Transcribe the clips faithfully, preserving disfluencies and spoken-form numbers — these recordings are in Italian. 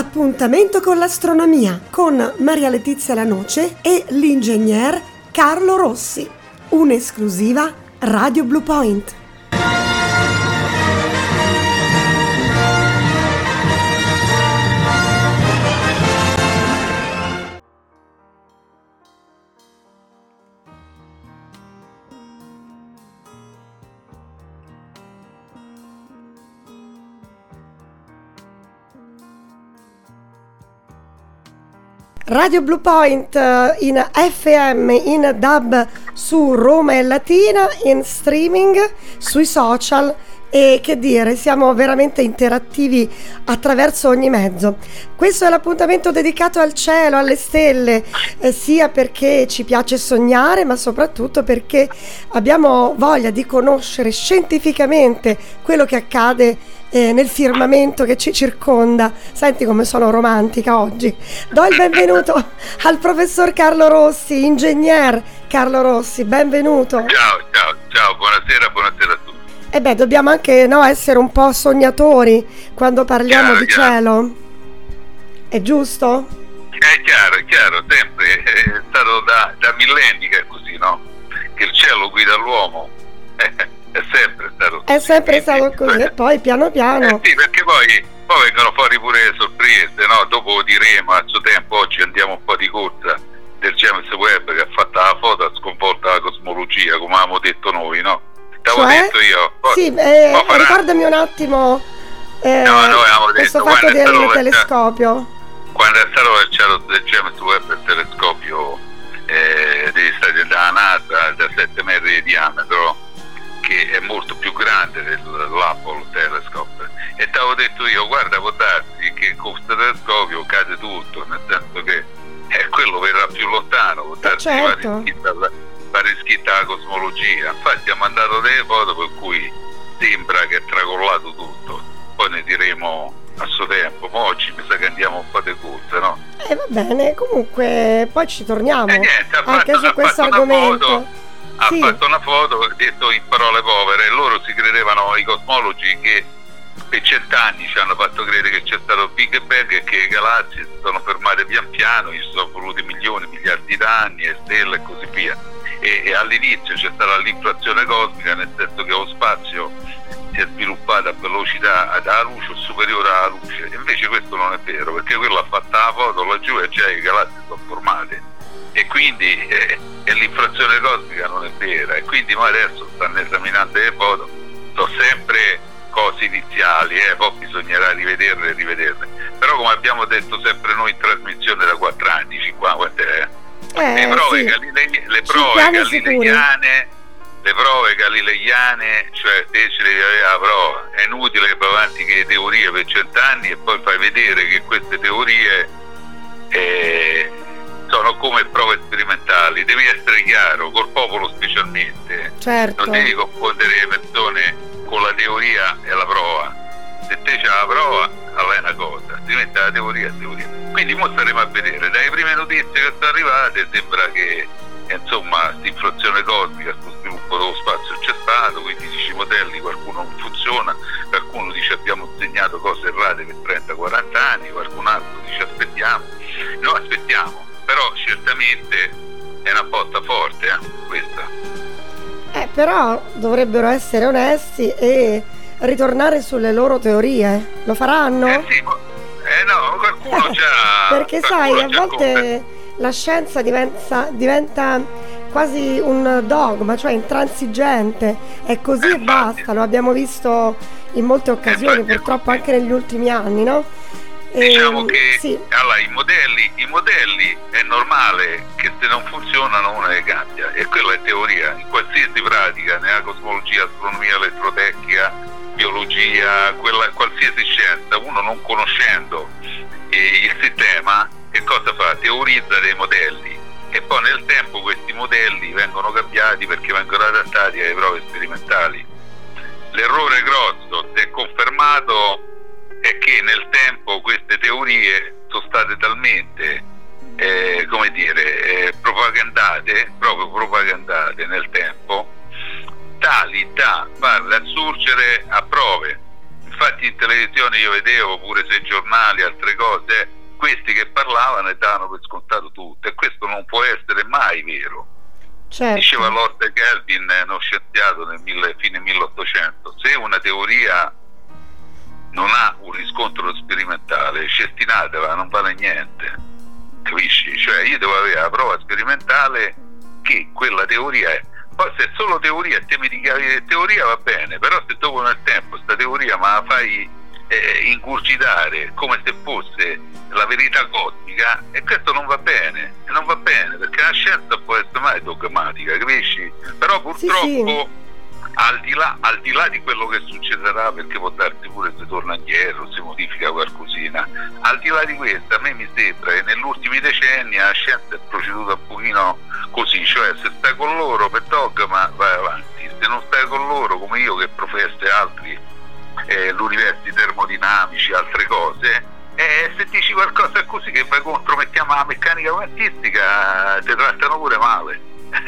Appuntamento con l'astronomia con Maria Letizia Lanoce e l'ingegner Carlo Rossi. Un'esclusiva Radio Blue Point. Radio Blue Point in F M, in D A B su Roma e Latina, in streaming sui social e che dire, siamo veramente interattivi attraverso ogni mezzo. Questo è l'appuntamento dedicato al cielo, alle stelle, eh, sia perché ci piace sognare, ma soprattutto perché abbiamo voglia di conoscere scientificamente quello che accade Eh, nel firmamento che ci circonda. Senti come sono romantica oggi. Do il benvenuto al professor Carlo Rossi, ingegner Carlo Rossi, benvenuto. Ciao, ciao, ciao, buonasera, buonasera a tutti. E beh, dobbiamo anche no, essere un po' sognatori quando parliamo chiaro, di chiaro. cielo. È giusto? È chiaro, è chiaro, sempre, è stato da, da millenni che è così, no? Che il cielo guida l'uomo. È sempre stato così. È sempre stato così, e poi piano piano. Eh sì, perché poi, poi vengono fuori pure le sorprese, no? Dopo lo diremo a suo tempo, oggi andiamo un po' di corsa del James Webb che ha fatto la foto, ha sconvolto la cosmologia, come avevamo detto noi, no? T'avevo Cioè? detto io. Poi, sì, eh, poi farà... ricordami un attimo eh, no, noi avevamo questo detto, fatto del stato telescopio. Quando è stato lanciato del James Webb, il telescopio eh, degli stati della NASA da sette metri di diametro, che è molto più grande dell'Hubble Telescope, e ti avevo detto io, guarda, può darsi che con questo telescopio cade tutto, nel senso che eh, quello verrà più lontano, può darsi certo. che va riscritta la cosmologia. Infatti ha mandato delle foto per cui sembra che è tracollato tutto, poi ne diremo a suo tempo, ma oggi mi sa che andiamo un po' di corsa, no? E eh, va bene, comunque poi ci torniamo e niente, ha anche fatto, su questo argomento. Ha sì. fatto una foto, detto in parole povere, loro si credevano, i cosmologi, che per cent'anni ci hanno fatto credere che c'è stato il Big Bang e che le galassie si sono fermate pian piano, ci sono voluti milioni, miliardi d'anni, e stelle e così via. E, e all'inizio c'è stata l'inflazione cosmica, nel senso che lo spazio si è sviluppato a velocità alla luce o superiore alla luce. Invece questo non è vero, perché quello ha fatto la foto laggiù e già le galassie sono formate. E quindi eh, e l'inflazione cosmica non è vera, e quindi noi adesso stanno esaminando le foto, sono sempre cose iniziali, eh, poi bisognerà rivederle e rivederle, però come abbiamo detto sempre noi in trasmissione da quattro anni, cinquanta, eh, eh, le prove, sì. galile- le prove galileiane, le prove galileiane, cioè te ce le avevi la prova, è inutile che vai avanti che le teorie per cent'anni e poi fai vedere che queste teorie eh, sono come prove sperimentali. Devi essere chiaro, col popolo specialmente, certo. Non devi confondere le persone con la teoria e la prova. Se te c'è la prova, allora è una cosa, altrimenti la teoria è teoria. Quindi mo staremo a vedere, dalle prime notizie che sono arrivate sembra che insomma questa inflazione cosmica, questo sviluppo dello spazio c'è stato, quindi dice i modelli, qualcuno non funziona, qualcuno dice abbiamo insegnato cose errate per trenta quaranta anni, qualcun altro dice aspettiamo. No, aspettiamo, però certamente è una botta forte, eh, questa. Eh, però dovrebbero essere onesti e ritornare sulle loro teorie. Lo faranno? Eh sì, eh no, qualcuno già... Perché qualcuno sai, a già volte compre. La scienza diventa, diventa quasi un dogma, cioè intransigente, è così eh, e basta, lo abbiamo visto in molte occasioni, eh, purtroppo anche negli ultimi anni, no? Diciamo e, che sì. allora, i modelli i modelli è normale che se non funzionano uno le cambia, e quella è teoria in qualsiasi pratica, nella cosmologia, astronomia, elettrotecnica, biologia, quella, qualsiasi scienza, uno non conoscendo eh, il sistema, che cosa fa? Teorizza dei modelli, e poi nel tempo questi modelli vengono cambiati perché vengono adattati alle prove sperimentali. L'errore grosso, se è confermato, è che nel tempo queste teorie sono state talmente eh, come dire eh, propagandate, proprio propagandate nel tempo, tali da farle assurgere a prove. infatti in televisione io vedevo pure sui giornali, altre cose, questi che parlavano e davano per scontato tutto, e questo non può essere mai vero. Certo. Diceva Lord Kelvin, uno scienziato nel mille, fine milleottocento, se una teoria non ha un riscontro sperimentale, cestinatela, non vale niente, capisci? Cioè io devo avere la prova sperimentale che quella teoria è. Poi se è solo teoria e te mi dica che teoria va bene, però se dopo nel tempo sta teoria ma la fai eh, ingurgitare come se fosse la verità cosmica, e questo non va bene, e non va bene, perché la scienza può essere mai dogmatica, capisci? Però purtroppo sì, sì. Al, di là, al di là di quello che succederà, perché può darsi pure se torna indietro, si modifica qualcosina, al di là di questo a me mi sembra che negli ultimi decenni la scienza è proceduta un pochino così, cioè se stai con loro per dogma vai avanti, se non stai con loro come io che professo altri eh, l'universi termodinamici, altre cose, e se dici qualcosa così che vai contro, mettiamo la meccanica quantistica, ti trattano pure male.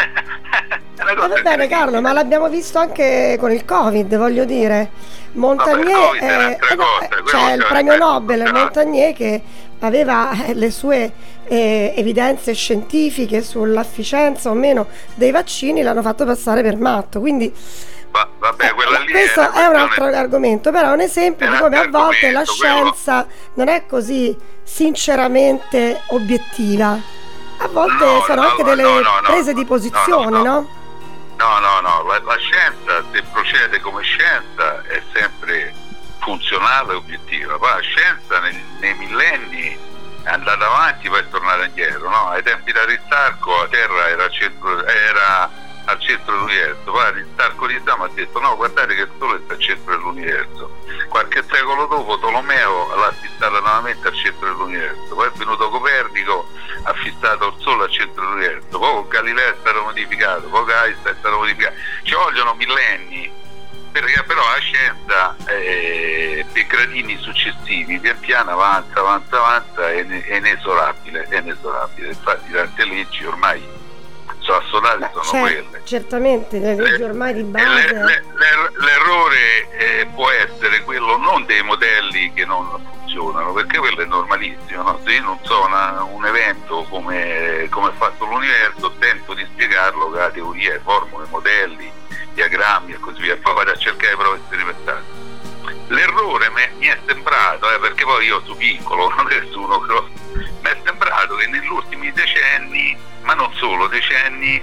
Eh, va bene Carlo, ma l'abbiamo visto anche con il Covid, voglio dire. Montagnier, eh, eh, no, c'è il premio Nobel Montagnier che aveva le sue eh, evidenze scientifiche sull'efficienza o meno dei vaccini, l'hanno fatto passare per matto, quindi Va, vabbè, quella lì questo è, è un altro argomento, però è un esempio è di come a volte la quello... scienza non è così sinceramente obiettiva. A volte no, sono no, anche delle no, no, prese di posizione, no? No, no, no, no. La, la scienza, se procede come scienza, è sempre funzionale e obiettiva. Poi la scienza nei, nei millenni è andata avanti, poi è tornata indietro, no? Ai tempi di Aristarco la Terra era al centro, era al centro dell'universo, poi Aristarco di Sama ha detto no, guardate che il Sole sta al centro dell'universo. Qualche secolo dopo Tolomeo l'ha fissata nuovamente al centro dell'universo, poi è venuto Copernico, ha fissato il Sole al centro dell'universo, poi Galileo è stato modificato, poi Einstein è stato modificato. Ci vogliono millenni, perché però la scienza eh, per gradini successivi pian piano avanza, avanza, avanza, è, è inesorabile, è inesorabile. Infatti tante leggi ormai sono assodate, sono cioè, quelle. Certamente, le leggi ormai di base. Le, le, le, l'errore eh, può essere quello non dei modelli che non funzionano, perché quello è normalissimo, no? Se io non so una, un evento come, come è fatto l'universo, tento di spiegarlo con la teoria, formule, modelli, diagrammi e così via, poi vado a cercare prove sperimentali. L'errore mi è sembrato, eh, perché poi io sono piccolo, non nessuno grosso, mi è sembrato che negli ultimi decenni, ma non solo decenni,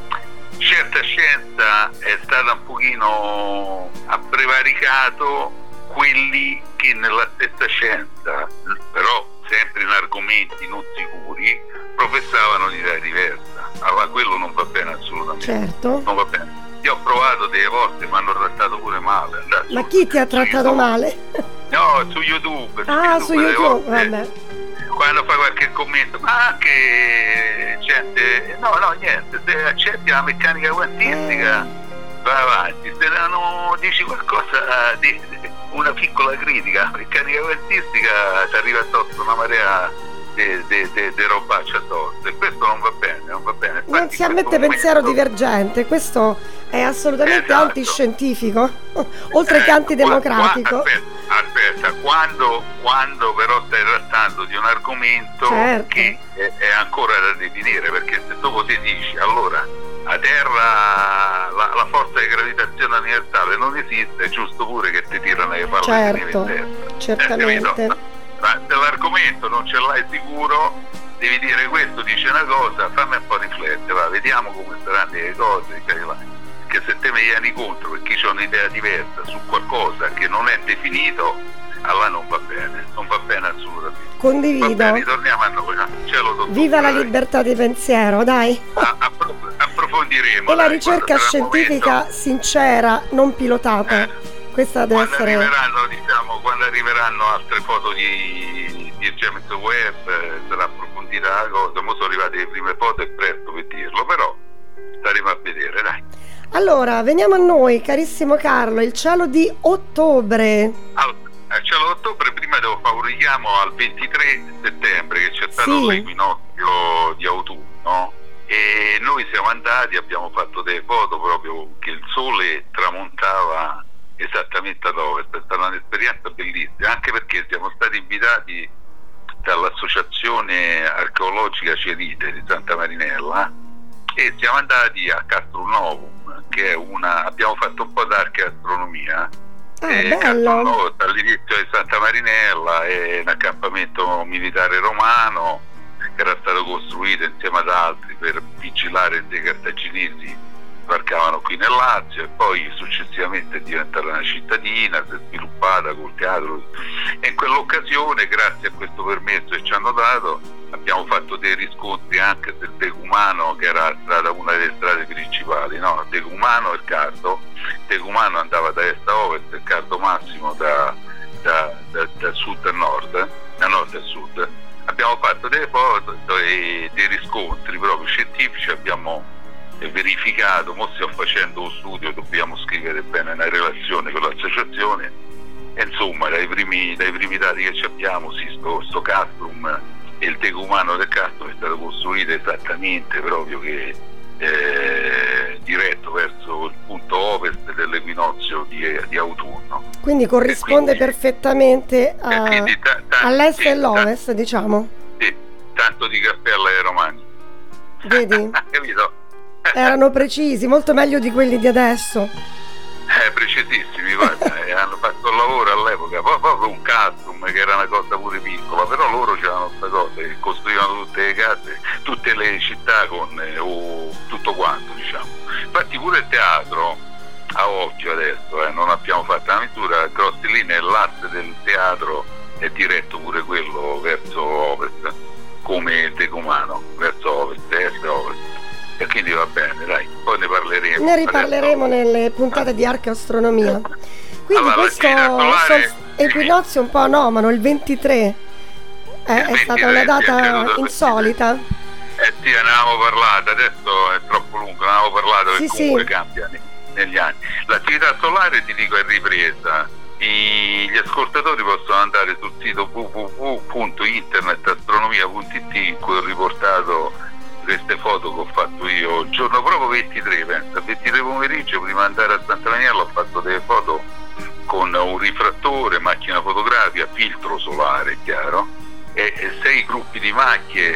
certa scienza è stata un pochino, ha prevaricato quelli che nella stessa scienza, però sempre in argomenti non sicuri, professavano un'idea diversa. Allora quello non va bene assolutamente. Certo. Non va bene. Io ho provato delle volte, mi hanno trattato pure male. Ma chi ti ha trattato male? No, su YouTube. Ah, su su YouTube, YouTube, volte, vabbè. Quando fai qualche commento, ma anche gente, no, no, niente, se accetti la meccanica quantistica, eh. vai avanti. Se non dici qualcosa di una piccola critica alla meccanica quantistica, ti arriva addosso una marea di robaccia addosso, e questo non va bene, non va bene. Infatti, non si ammette momento... pensiero divergente, questo è assolutamente esatto. Antiscientifico, oltre eh, che antidemocratico. Qua, aspetta, aspetta quando, quando però stai trattando di un argomento certo. che è, è ancora da definire, perché se dopo ti dici allora la Terra, la, la forza di gravitazione universale non esiste, è giusto pure che ti tirano le palle certo, di testa. certamente. Eh, ma se l'argomento non ce l'hai sicuro, devi dire questo dice una cosa, fammi un po' riflettere, va, vediamo come saranno le cose, che se te mi vieni contro perché c'è un'idea diversa su qualcosa che non è definito, allora non va bene, non va bene assolutamente. Condivido. Va bene, ritorniamo a noi, cielo dottor, viva la dai. libertà di pensiero, dai. A, appro- approfondiremo. E la dai, ricerca scientifica momento, sincera, non pilotata. Eh. Questa deve quando essere... arriveranno, diciamo, quando arriveranno altre foto di, di James Webb, eh, sarà approfondita la cosa. Mo sono arrivate le prime foto, è presto per dirlo, però staremo a vedere, dai. Allora, veniamo a noi, carissimo Carlo, il cielo di ottobre. Al, il cielo di ottobre, prima devo fare un richiamo al ventitré settembre, che c'è stato sì. l'equinozio di autunno, e noi siamo andati, abbiamo fatto delle foto proprio che il sole tramontava esattamente ad ovest. È stata un'esperienza bellissima, anche perché siamo stati invitati dall'associazione archeologica Cerite di Santa Marinella e siamo andati a Castrum Novum, che è una, abbiamo fatto un po' d'archeastronomia. Ah, eh, bello. Castrum Novum, all'inizio di Santa Marinella, è un accampamento militare romano che era stato costruito insieme ad altri per vigilare dei cartaginesi sbarcavano qui nel Lazio, e poi successivamente è diventata una cittadina, si è sviluppata col teatro, e in quell'occasione, grazie a questo permesso che ci hanno dato, abbiamo fatto dei riscontri anche del Decumano, che era strada, una delle strade principali, no? Decumano e il Cardo. Decumano andava da est a ovest, il Cardo Massimo da, da, da, da sud a nord, da nord a sud. Abbiamo fatto delle foto e dei riscontri proprio scientifici, abbiamo verificato, mo stiamo facendo uno studio, dobbiamo scrivere bene una relazione con l'associazione, e insomma dai primi, dai primi dati che ci abbiamo, sì, sto, sto Castrum e il Decumano del Castrum è stato costruito esattamente proprio che eh, diretto verso il punto ovest dell'equinozio di, di autunno. Quindi corrisponde quindi, perfettamente a, quindi, ta, ta, all'est sì, e all'ovest, ta, diciamo. Sì, tanto di cappella ai romani. Vedi? Capito? Erano precisi, molto meglio di quelli di adesso. Eh, precisissimi, guarda, hanno fatto il lavoro all'epoca, poi proprio un custom che era una cosa pure piccola, però loro c'erano questa cosa, che costruivano tutte le case, tutte le città con eh, o tutto quanto, diciamo. Infatti pure il teatro, a occhio adesso, eh, non abbiamo fatto una misura, grossi linee, l'asse del teatro è diretto pure quello verso ovest, come il Decumano, verso ovest, est e ovest. E quindi va bene, dai, poi ne parleremo. Ne riparleremo adesso nelle puntate di archeastronomia. Quindi allora, questo solare, equinozio un po' anomalo, il ventitré, è, è stata una data insolita. Eh sì, ne avevamo parlato, adesso è troppo lungo, ne avevamo parlato, sì, che comunque sì. cambia negli anni. L'attività solare, ti dico, è ripresa. I, gli ascoltatori possono andare sul sito w w w punto internet astronomia punto i t, in cui ho riportato queste foto che ho fatto io il giorno proprio ventitré, pensa, ventitré pomeriggio, prima di andare a Santa Marinella ho fatto delle foto con un rifrattore, macchina fotografica, filtro solare, chiaro, e, e sei gruppi di macchie,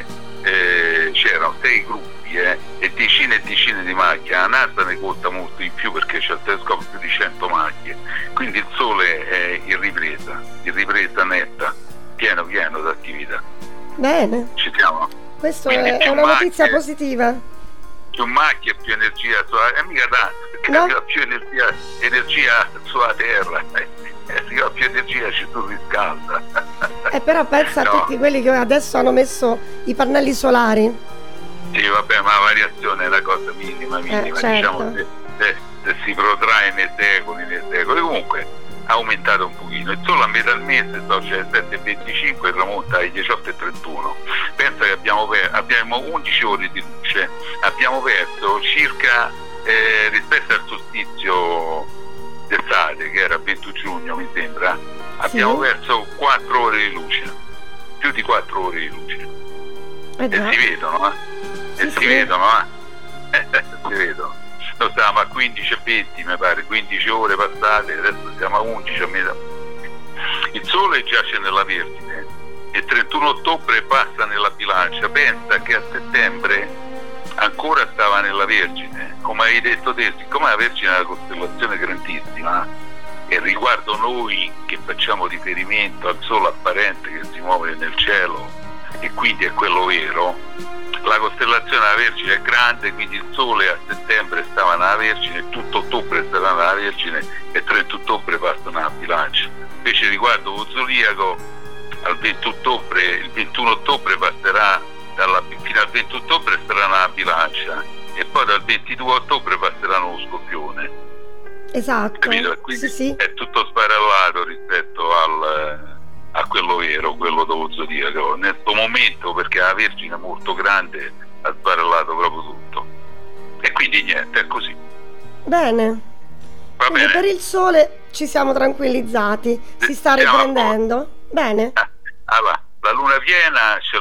eh, c'erano sei gruppi eh, e decine e decine di macchie. La NASA ne conta molto di più perché c'è il telescopio più di cento macchie, quindi il sole è in ripresa, in ripresa netta, pieno pieno d'attività. Bene. Ci siamo? Questo è, è una notizia macchie, positiva. Più macchie, più energia sulla terra, e mica tanto, perché no? arriva più energia, energia sulla terra, eh, arriva più energia, ci si riscalda. Eh, però pensa no. a tutti quelli che adesso hanno messo i pannelli solari. Sì, vabbè, ma la variazione è una cosa minima, minima, eh, certo. diciamo, se, se, se si protrae nei secoli, nei secoli, comunque ha aumentato un pochino, e solo a metà del mese, so, cioè sette e venticinque, tramonta ai diciotto e trentuno. Pensa che abbiamo, per, abbiamo undici ore di luce, abbiamo perso circa, eh, rispetto al solstizio d'estate, che era il venti giugno mi sembra, abbiamo sì. perso quattro ore di luce, più di quattro ore di luce. Eh e si vedono, eh? Sì, e sì. si vedono, eh? si vedono. Noi stavamo a quindici e venti, mi pare, quindici ore passate, adesso siamo a undici a metà. Il sole giace nella Vergine, il trentuno ottobre passa nella Bilancia. Pensa che a settembre ancora stava nella Vergine, come hai detto te, siccome la Vergine è una costellazione grandissima, e riguardo noi che facciamo riferimento al sole apparente che si muove nel cielo, e quindi è quello vero, la costellazione della Vergine è grande, quindi il sole a settembre stava nella Vergine, tutto ottobre stava nella Vergine e il trenta ottobre passa nella Bilancia. Invece riguardo lo zodiaco, al venti ottobre, il ventuno ottobre passerà dalla, fino al venti ottobre starà nella Bilancia, e poi dal ventidue ottobre passerà nello Scorpione. Esatto. Capito? Quindi sì, sì. è tutto sparallato rispetto al a quello vero, quello dello zodiaco. Nel suo momento, perché la Vergine è molto grande, ha sbarallato proprio tutto. E quindi niente, è così. Bene. Va quindi bene. Per il sole ci siamo tranquillizzati, si sta Siamo riprendendo. Bene. Allora, la luna piena ce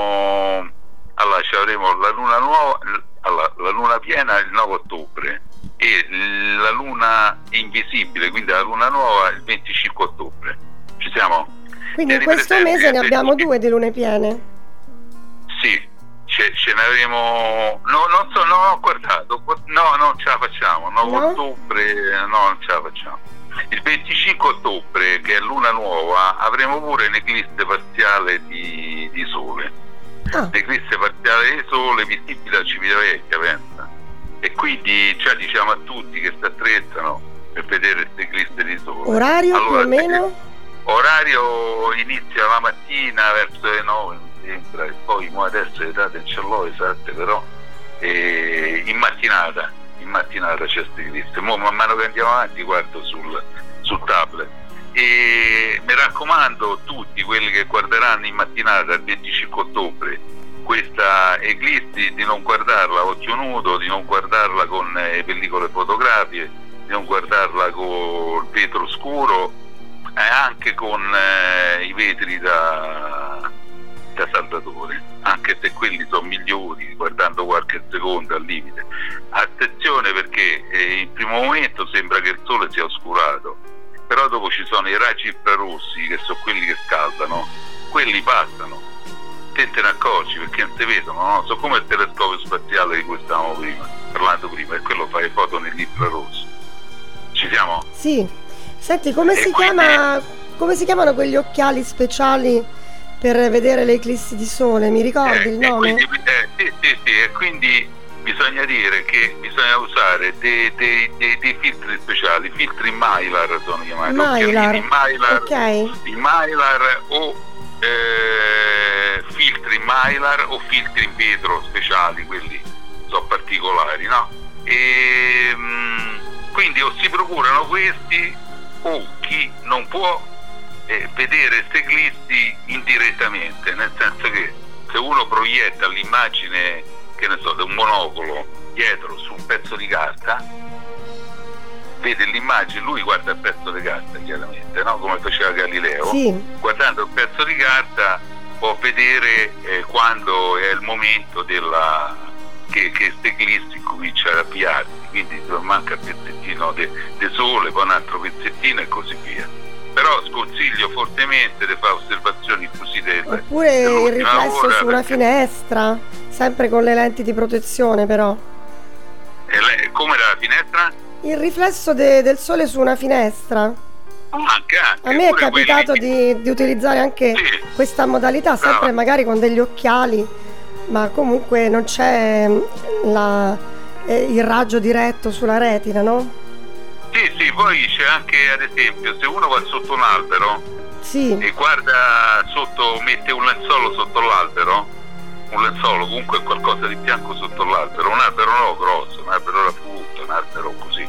l'avremo, allora ce l'avremo la luna nuova, allora, la luna piena il nove ottobre, e la luna invisibile, quindi la luna nuova, il venticinque ottobre. Ci siamo? Quindi in questo mese ne abbiamo due di lune piene? Sì, ce, ce ne avremo, no, non so, non ho guardato, no, non ce la facciamo, no, no? ottobre, no, non ce la facciamo. Il venticinque ottobre, che è luna nuova, avremo pure un'eclisse parziale di, di sole. Ah. L'eclisse parziale di sole visibile a Civitavecchia, pensa. E quindi già diciamo a tutti che si attrezzano per vedere questa eclisse di sole. Orario allora, più o meno? Orario inizia la mattina verso le nove, mi sembra, e poi mo adesso le date ce l'ho esatte, però eh, in mattinata, in mattinata c'è questa eclisse. Mo man mano che andiamo avanti guardo sul, sul tablet. E mi raccomando tutti quelli che guarderanno in mattinata il venticinque ottobre questa eclissi di non guardarla a occhio nudo, di non guardarla con eh, pellicole fotografiche, di non guardarla con il vetro scuro e eh, anche con eh, i vetri da, da saldatore, anche se quelli sono migliori guardando qualche secondo al limite. Attenzione, perché eh, in primo momento sembra che il sole sia oscurato, però dopo ci sono i raggi infrarossi che sono quelli che scaldano, quelli passano, te te ne accorgi perché non si vedono, no? Sono come il telescopio spaziale di cui stavamo prima, parlando prima, e quello fa le foto nell'infrarosso. Ci siamo? Sì. Senti, come e si quindi... chiama, come si chiamano quegli occhiali speciali per vedere le eclissi di sole? Mi ricordi eh, il nome? Quindi, eh, sì, sì, sì, e quindi bisogna dire che bisogna usare dei, dei, dei, dei filtri speciali, filtri Mylar sono chiamati, Mylar, Mylar, okay. I Mylar o eh, filtri Mylar o filtri in vetro speciali, quelli sono particolari, no? E mh, quindi o si procurano questi o chi non può eh, vedere queste eclissi indirettamente, nel senso che se uno proietta l'immagine, che ne so, da un monocolo dietro su un pezzo di carta, vede l'immagine, lui guarda il pezzo di carta chiaramente, no? Come faceva Galileo, sì. Guardando il pezzo di carta può vedere eh, quando è il momento della che queste eclissi comincia a avviarsi, quindi manca il pezzettino di sole, poi un altro pezzettino e così via. Però sconsiglio fortemente di fare osservazioni così delle, oppure il riflesso su una perché... finestra, sempre con le lenti di protezione però. E le... come la finestra? Il riflesso de- del sole su una finestra. Anche, anche, a me è capitato quelli... di, di utilizzare anche sì. questa modalità, sempre Brava. magari con degli occhiali, ma comunque non c'è la, eh, il raggio diretto sulla retina, no? Sì, sì, poi c'è anche, ad esempio, se uno va sotto un albero sì. e guarda sotto, mette un lenzuolo sotto l'albero, un lenzuolo comunque qualcosa di bianco sotto l'albero, un albero no grosso, un albero raffutto, un albero così,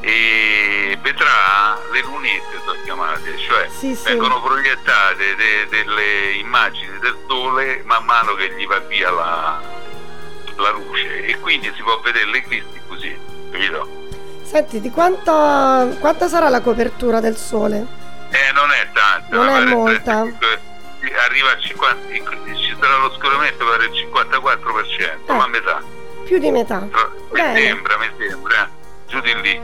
e vedrà le lunette, sono chiamate, cioè sì, sì. vengono proiettate de, delle immagini del sole man mano che gli va via la, la luce, e quindi si può vedere le eclissi così, capito? Senti, di quanta, quanta sarà la copertura del sole? Eh, non è tanta. Non è molta. Arriva al cinquanta, ci sarà l'oscuramento per il cinquantaquattro per cento, eh, ma a metà. Più di metà. Mi sembra, mi sembra, giù di lì.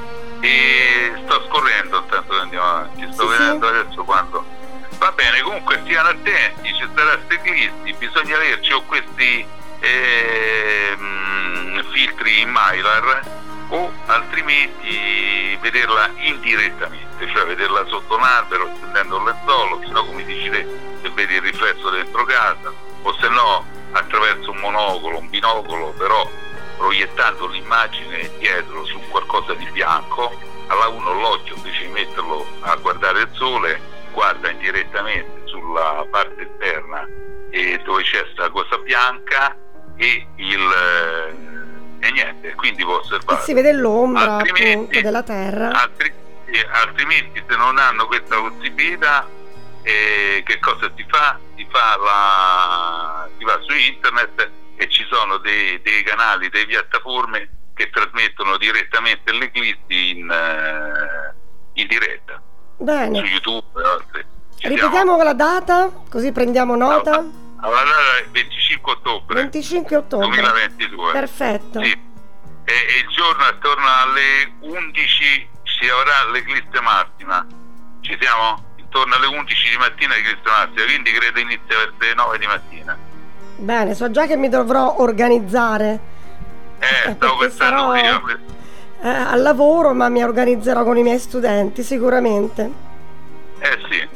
E sto scorrendo intanto che andiamo avanti, sto sì, vedendo sì. adesso quando. Va bene, comunque stiano attenti, ci sarà queste eclissi, bisogna averci o questi eh, mh, filtri in Mylar, o altrimenti vederla indirettamente, cioè vederla sotto un albero stendendo il lenzuolo, se no come dici te, se vedi il riflesso dentro casa, o se no attraverso un monocolo, un binocolo, però proiettando l'immagine dietro su qualcosa di bianco. Alla uno l'occhio, invece di metterlo a guardare il sole, guarda indirettamente sulla parte esterna e dove c'è sta cosa bianca e il e niente, quindi può osservare. E si vede l'ombra appunto della terra. Altri, eh, altrimenti se non hanno questa possibilità, eh, che cosa si fa? Si fa la si va su internet e ci sono dei, dei canali, delle piattaforme che trasmettono direttamente l'eclissi in, uh, in diretta. Bene. Su YouTube e altre. Ripetiamo la data, così prendiamo nota. Allora, allora è venticinque ottobre venticinque ottobre duemilaventidue. Perfetto. Sì. E e il giorno attorno alle undici si avrà l'eclisse massima. Ci siamo? Intorno alle undici di mattina l'eclisse massima, quindi credo inizia verso le nove di mattina. Bene, so già che mi dovrò organizzare. Eh, stavo pensando sarò, io. Eh, al lavoro, ma mi organizzerò con i miei studenti sicuramente. Eh sì.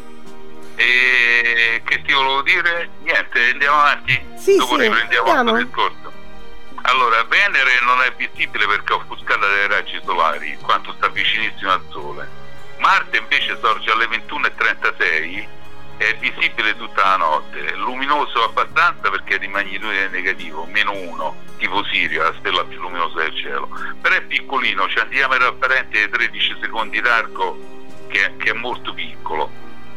E che ti volevo dire? Niente, andiamo avanti? Sì, Dopo sì, riprendiamo andiamo. il discorso. Allora, Venere non è visibile perché è offuscata dai raggi solari, in quanto sta vicinissimo al Sole. Marte invece sorge alle ventuno e trentasei, è visibile tutta la notte, è luminoso abbastanza perché è di magnitudine negativo, meno uno, tipo Sirio, la stella più luminosa del cielo. Però è piccolino, c'è un diametro apparente di tredici secondi d'arco che, che è molto piccolo.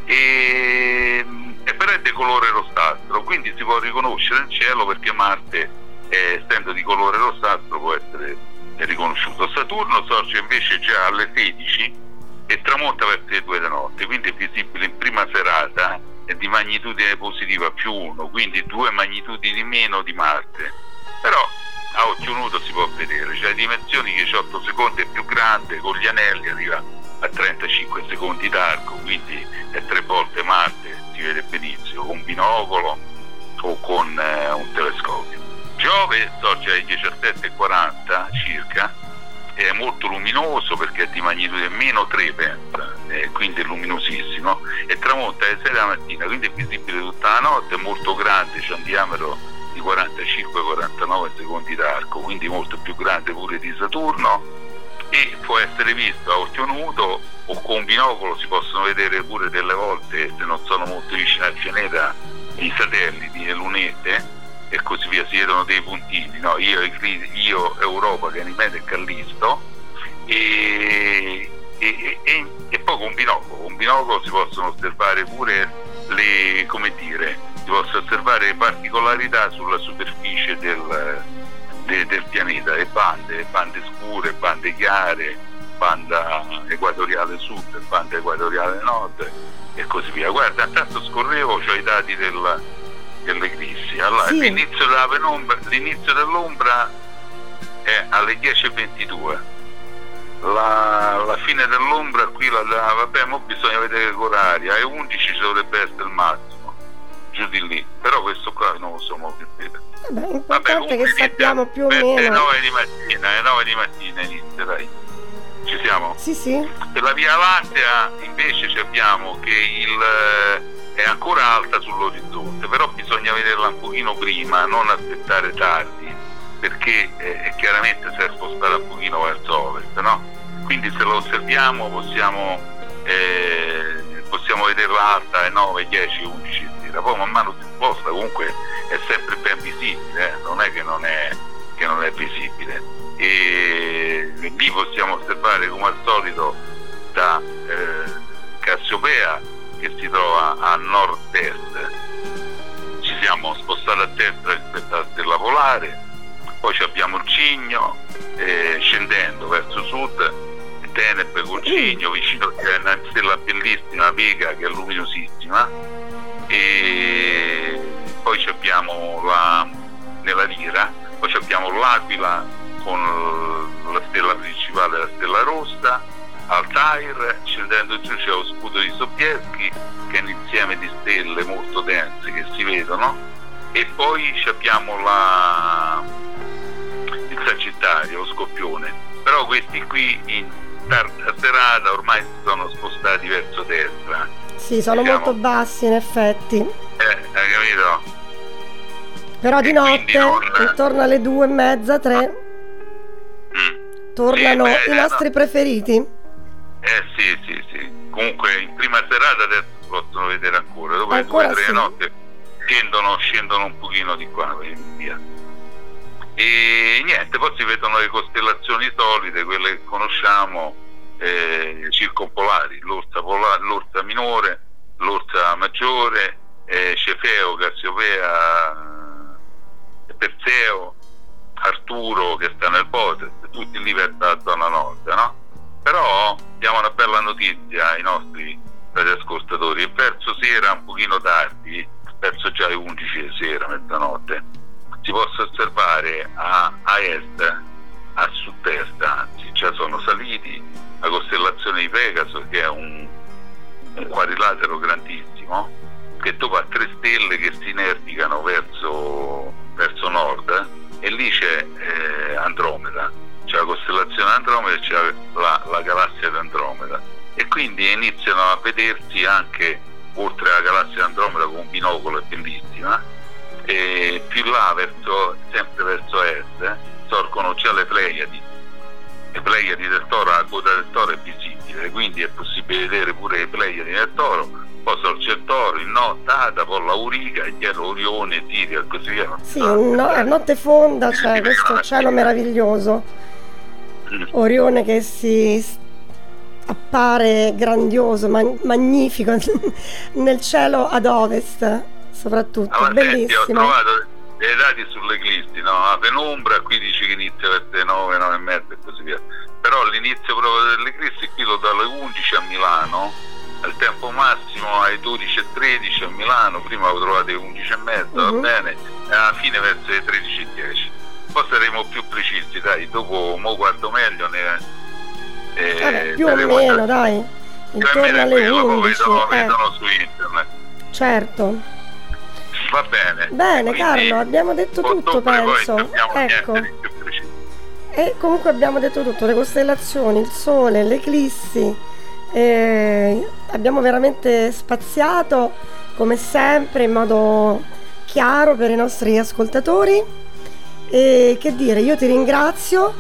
E, e però è di colore rossastro, quindi si può riconoscere il cielo perché Marte, eh, essendo di colore rossastro, può essere riconosciuto. Saturno sorge invece già alle sedici e tramonta verso le due di notte, quindi è visibile in prima serata, è di magnitudine positiva più uno, quindi due magnitudini meno di Marte. Però a occhio nudo si può vedere, cioè dimensioni che otto secondi è più grande, con gli anelli arriva a trentacinque secondi d'arco, quindi è tre volte Marte, si vede benissimo, con un binocolo o con eh, un telescopio. Giove sorge alle diciassette e quaranta circa, è molto luminoso perché è di magnitudine meno tre, pensa, eh, quindi è luminosissimo, e tramonta alle sei della mattina, quindi è visibile tutta la notte, è molto grande, c'è un diametro di quarantacinque quarantanove secondi d'arco, quindi molto più grande pure di Saturno, e può essere visto a occhio nudo o con un binocolo. Si possono vedere pure delle volte, se non sono molto vicini al pianeta, i satelliti, le lunette e così via, si vedono dei puntini, no? io, io Europa, Ganimede e Callisto, e, e, e, e poi con un binocolo con un binocolo si possono osservare pure le, come dire, si possono osservare le particolarità sulla superficie del, de, del pianeta, le bande, le bande scure, bande chiare, banda equatoriale sud, banda equatoriale nord e così via. Guarda, intanto scorrevo, c'ho i dati del dell'eclissi. Allora, sì. l'inizio della penombra, l'inizio dell'ombra è alle dieci e ventidue, la, la fine dell'ombra qui la, la, vabbè, mo bisogna vedere l'orario, alle undici ci dovrebbe essere il massimo, giù di lì, però questo qua non lo so mo che vedo. Vabbè, l'importante è che sappiamo più o meno. Alle nove di mattina, alle nove di mattina inizia, dai. Ci siamo? Sì, sì. Per la Via Lattea invece ci abbiamo che il è ancora alta sull'orizzonte, però bisogna vederla un pochino prima, non aspettare tardi, perché eh, chiaramente si è spostata un pochino verso ovest, no? Quindi se lo osserviamo possiamo eh, possiamo vederla alta alle nove, dieci, undici sera, poi man mano si sposta, comunque è sempre ben visibile, eh? non è che non è che non è visibile, e lì possiamo osservare come al solito da eh, Cassiopea, che si trova a nord-est. Ci siamo spostati a destra rispetto alla stella polare, poi abbiamo il Cigno, eh, scendendo verso sud, Tenebre col Cigno, vicino c'è una stella bellissima, Vega, che è luminosissima, e poi abbiamo la, nella Lira, poi abbiamo l'Aquila con la stella principale, la stella rossa, Altair, scendendo giù c'è lo scudo di Sobieski, che è un insieme di stelle molto dense che si vedono, e poi abbiamo la, il Sagittario, lo Scorpione, però questi qui in tarda serata ormai si sono spostati verso destra. Sì, sono diciamo, molto bassi in effetti. Eh, hai capito? Però di E notte, non... intorno alle due e mezza, tre, mm. tornano sì, beh, i nostri no. preferiti. Eh sì, sì, sì. Comunque in prima serata adesso si possono vedere ancora, dopo Ancora le due o tre sì. notte scendono, scendono un pochino di qua e via. E niente, poi si vedono le costellazioni solide, quelle che conosciamo, eh, circompolari, l'Orsa polare, l'Orsa minore, l'Orsa maggiore, eh, Cefeo, Cassiopea, eh, Perseo, Arturo che sta nel Botest, tutti lì verso la zona nord, no? Però diamo una bella notizia ai nostri radioascoltatori: verso sera, un pochino tardi, verso già le undici di sera, mezzanotte, si possa osservare a, a est, a sud Persidi, la costellazione di Pegaso, che è un, un quadrilatero grandissimo, che dopo ha tre stelle che si inerpicano verso, verso nord, e lì c'è eh, Andromeda, c'è la costellazione Andromeda e c'è la, la galassia d'Andromeda, e quindi iniziano a vedersi anche oltre alla galassia d'Andromeda con un binocolo, è bellissima, e più là verso, sempre verso est, sorgono già le Pleiadi. Le Pleiadi del Toro, la coda del Toro è visibile, quindi è possibile vedere pure le Pleiadi del Toro, poi c'è il Toro, il Nottata, poi l'Auriga, e dietro Orione, Sirio e così via. Sì, no, a notte fonda c'è cioè, questo cielo meraviglioso, Orione che si appare grandioso, man- magnifico nel cielo ad ovest soprattutto, allora, bellissimo. Senti, ho trovato dei dati sull'eclissi, no? La penombra qui dice che inizia verso le nove, nove e mezza e così via, però l'inizio proprio dell'eclissi qui lo dalle undici a Milano, al tempo massimo ai dodici e tredici a Milano, prima lo trovate undici e mezza, uh-huh. va bene, e alla fine verso le tredici e dieci. Poi saremo più precisi, dai, dopo mo guardo meglio, ne, eh, Vabbè, più o meno, da... dai, intorno alle undici, lo vedono, eh. vedono su internet. Certo. Va bene. Bene, Carlo, abbiamo detto tutto, penso. Ecco. E comunque abbiamo detto tutto, le costellazioni, il sole, l'eclissi, eh, abbiamo veramente spaziato come sempre in modo chiaro per i nostri ascoltatori, e che dire, io ti ringrazio,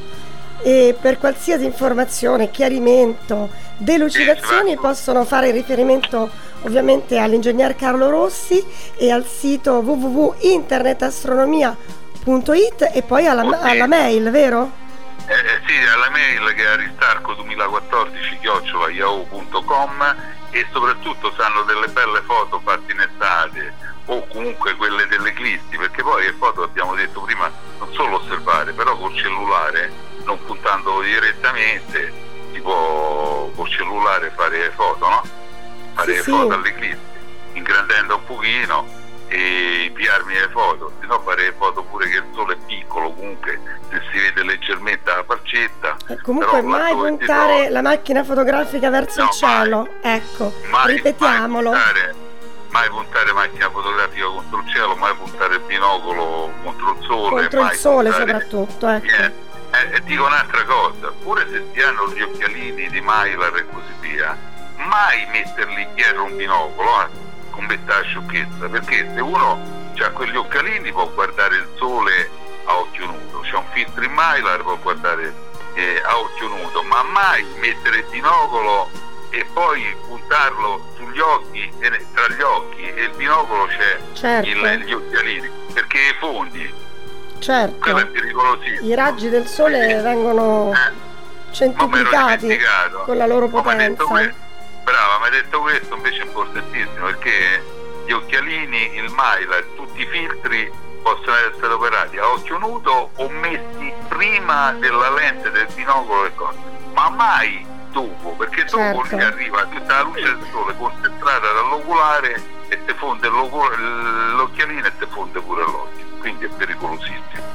e per qualsiasi informazione, chiarimento, delucidazioni possono fare riferimento ovviamente all'ingegner Carlo Rossi e al sito w w w punto internetastronomia punto i t, e poi alla, alla mail, vero? Eh, sì, alla mail che è aristarco duemilaquattordici chiocciola yahoo punto com, e soprattutto sanno delle belle foto fatte in estate o comunque quelle dell'eclissi, perché poi le foto, abbiamo detto prima, non solo osservare, però col cellulare, non puntando direttamente, si può col cellulare fare foto, no? Fare sì, foto sì. all'eclissi, ingrandendo un pochino e inviarmi le foto, se no fare foto pure che il sole è piccolo, comunque se si vede leggermente la faccetta. E comunque mai puntare la macchina fotografica verso no, il cielo, mai, ecco, mai, ripetiamolo. Mai puntare, mai puntare macchina fotografica contro il cielo, mai puntare il binocolo contro il sole. Contro mai il sole puntare, soprattutto, ecco. Niente. Eh, e dico un'altra cosa, pure se si hanno gli occhialini di Mylar e così via, mai metterli dietro un binocolo, eh, con questa sciocchezza, perché se uno ha quegli occhialini può guardare il sole a occhio nudo, c'è un filtro in Mylar, può guardare eh, a occhio nudo, ma mai mettere il binocolo e poi puntarlo sugli occhi, e tra gli occhi e il binocolo c'è certo. il, gli occhialini, perché fondi. Certo, quello è pericolosissimo. I raggi del sole Quindi, vengono eh, centuplicati con la loro potenza. Brava, mi hai detto questo, invece è importantissimo, perché gli occhialini, il Mylar, tutti i filtri possono essere operati a occhio nudo o messi prima della lente del binocolo e cose, ma mai dopo, perché dopo certo. gli arriva tutta la luce del sole concentrata dall'oculare e ti fonde l'occhialino e ti fonde pure l'occhio, quindi è pericolosissimo.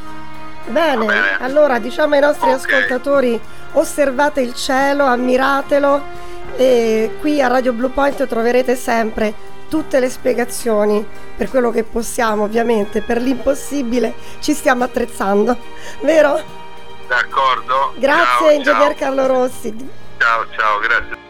Bene, bene, allora diciamo ai nostri okay. ascoltatori: osservate il cielo, ammiratelo, e qui a Radio Blue Point troverete sempre tutte le spiegazioni per quello che possiamo, ovviamente, per l'impossibile ci stiamo attrezzando, vero? D'accordo. Grazie, ciao, ingegner ciao. Carlo Rossi. Ciao, ciao, grazie.